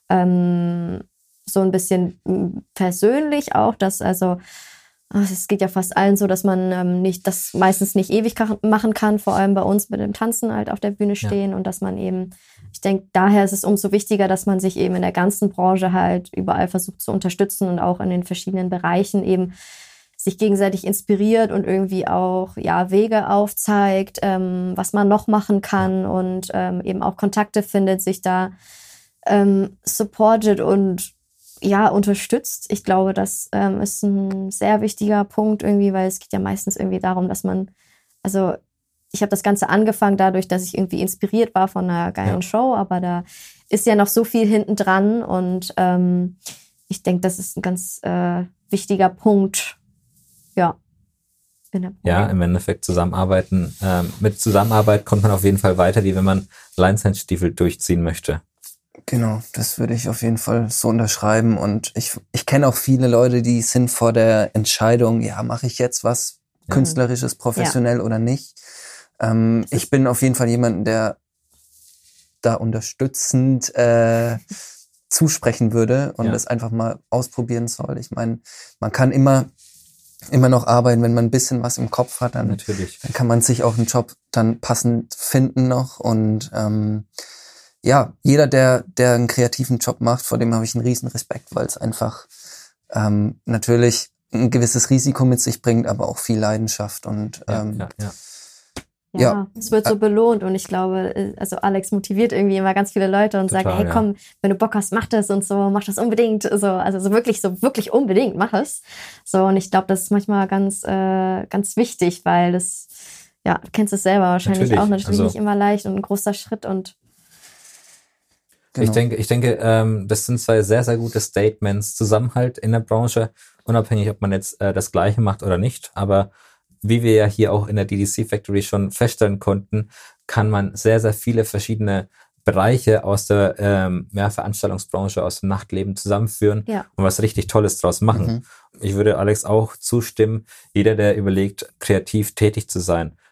ähm, so ein bisschen persönlich auch, dass also es geht ja fast allen so, dass man ähm, nicht das meistens nicht ewig machen kann, vor allem bei uns mit dem Tanzen halt auf der Bühne stehen ja. und dass man eben, ich denke, daher ist es umso wichtiger, dass man sich eben in der ganzen Branche halt überall versucht zu unterstützen und auch in den verschiedenen Bereichen eben sich gegenseitig inspiriert und irgendwie auch ja Wege aufzeigt, ähm, was man noch machen kann und ähm, eben auch Kontakte findet, sich da ähm, supportet und ja unterstützt. Ich glaube, das ähm, ist ein sehr wichtiger Punkt irgendwie, weil es geht ja meistens irgendwie darum, dass man, also ich habe das Ganze angefangen dadurch, dass ich irgendwie inspiriert war von einer geilen ja. Show, aber da ist ja noch so viel hinten dran und ähm, ich denke, das ist ein ganz äh, wichtiger Punkt. Ja. Ja, im Endeffekt zusammenarbeiten. Ähm, mit Zusammenarbeit kommt man auf jeden Fall weiter, wie wenn man Lineshands-Stiefel durchziehen möchte. Genau, das würde ich auf jeden Fall so unterschreiben. Und ich, ich kenne auch viele Leute, die sind vor der Entscheidung, ja, mache ich jetzt was ja. Künstlerisches, professionell ja. oder nicht. Ähm, ich bin auf jeden Fall jemand, der da unterstützend äh, zusprechen würde und ja. das einfach mal ausprobieren soll. Ich meine, man kann immer immer noch arbeiten, wenn man ein bisschen was im Kopf hat, dann, Natürlich. dann kann man sich auch einen Job dann passend finden noch und ähm, ja, jeder, der der einen kreativen Job macht, vor dem habe ich einen riesen Respekt, weil es einfach ähm, natürlich ein gewisses Risiko mit sich bringt, aber auch viel Leidenschaft und ähm, ja, ja, ja. Ja, ja, es wird so belohnt und ich glaube, also Alex motiviert irgendwie immer ganz viele Leute und Total, sagt, hey komm, wenn du Bock hast, mach das und so, mach das unbedingt, so, also so wirklich, so wirklich unbedingt, mach es. So, und ich glaube, das ist manchmal ganz, äh, ganz wichtig, weil das, ja, du kennst es selber wahrscheinlich natürlich. auch, natürlich also, nicht immer leicht und ein großer Schritt und genau. Ich denke, ich denke, ähm, das sind zwei sehr, sehr gute Statements, Zusammenhalt in der Branche, unabhängig, ob man jetzt äh, das Gleiche macht oder nicht, aber wie wir ja hier auch in der D D C Factory schon feststellen konnten, kann man sehr, sehr viele verschiedene Bereiche aus der ähm, ja, Veranstaltungsbranche, aus dem Nachtleben zusammenführen ja. und was richtig Tolles draus machen. Mhm. Ich würde Alex auch zustimmen, jeder, der überlegt, kreativ tätig zu sein,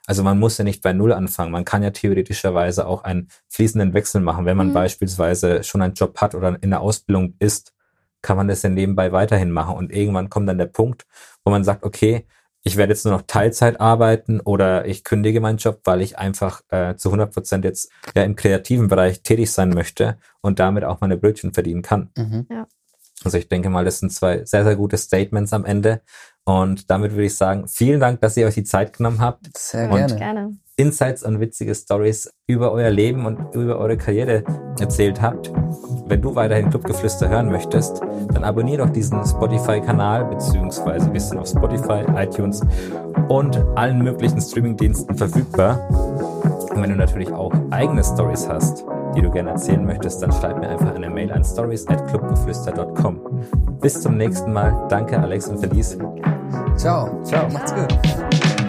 Also man muss ja nicht bei Null anfangen. Man kann ja theoretischerweise auch einen fließenden Wechsel machen. Wenn man mhm. beispielsweise schon einen Job hat oder in der Ausbildung ist, kann man das ja nebenbei weiterhin machen. Und irgendwann kommt dann der Punkt, wo man sagt, okay, ich werde jetzt nur noch Teilzeit arbeiten oder ich kündige meinen Job, weil ich einfach äh, zu hundert Prozent jetzt ja im kreativen Bereich tätig sein möchte und damit auch meine Brötchen verdienen kann. Mhm. Ja. Also ich denke mal, das sind zwei sehr, sehr gute Statements am Ende. Und damit würde ich sagen, vielen Dank, dass ihr euch die Zeit genommen habt. Sehr und gerne. gerne. Insights und witzige Stories über euer Leben und über eure Karriere erzählt habt. Wenn du weiterhin Clubgeflüster hören möchtest, dann abonniere doch diesen Spotify-Kanal, beziehungsweise wir sind auf Spotify, iTunes und allen möglichen Streamingdiensten verfügbar. Und wenn du natürlich auch eigene Stories hast, die du gerne erzählen möchtest, dann schreib mir einfach eine Mail an stories at clubgeflüster dot com. Bis zum nächsten Mal. Danke, Alex und Felice. Ciao. Ciao. Macht's gut.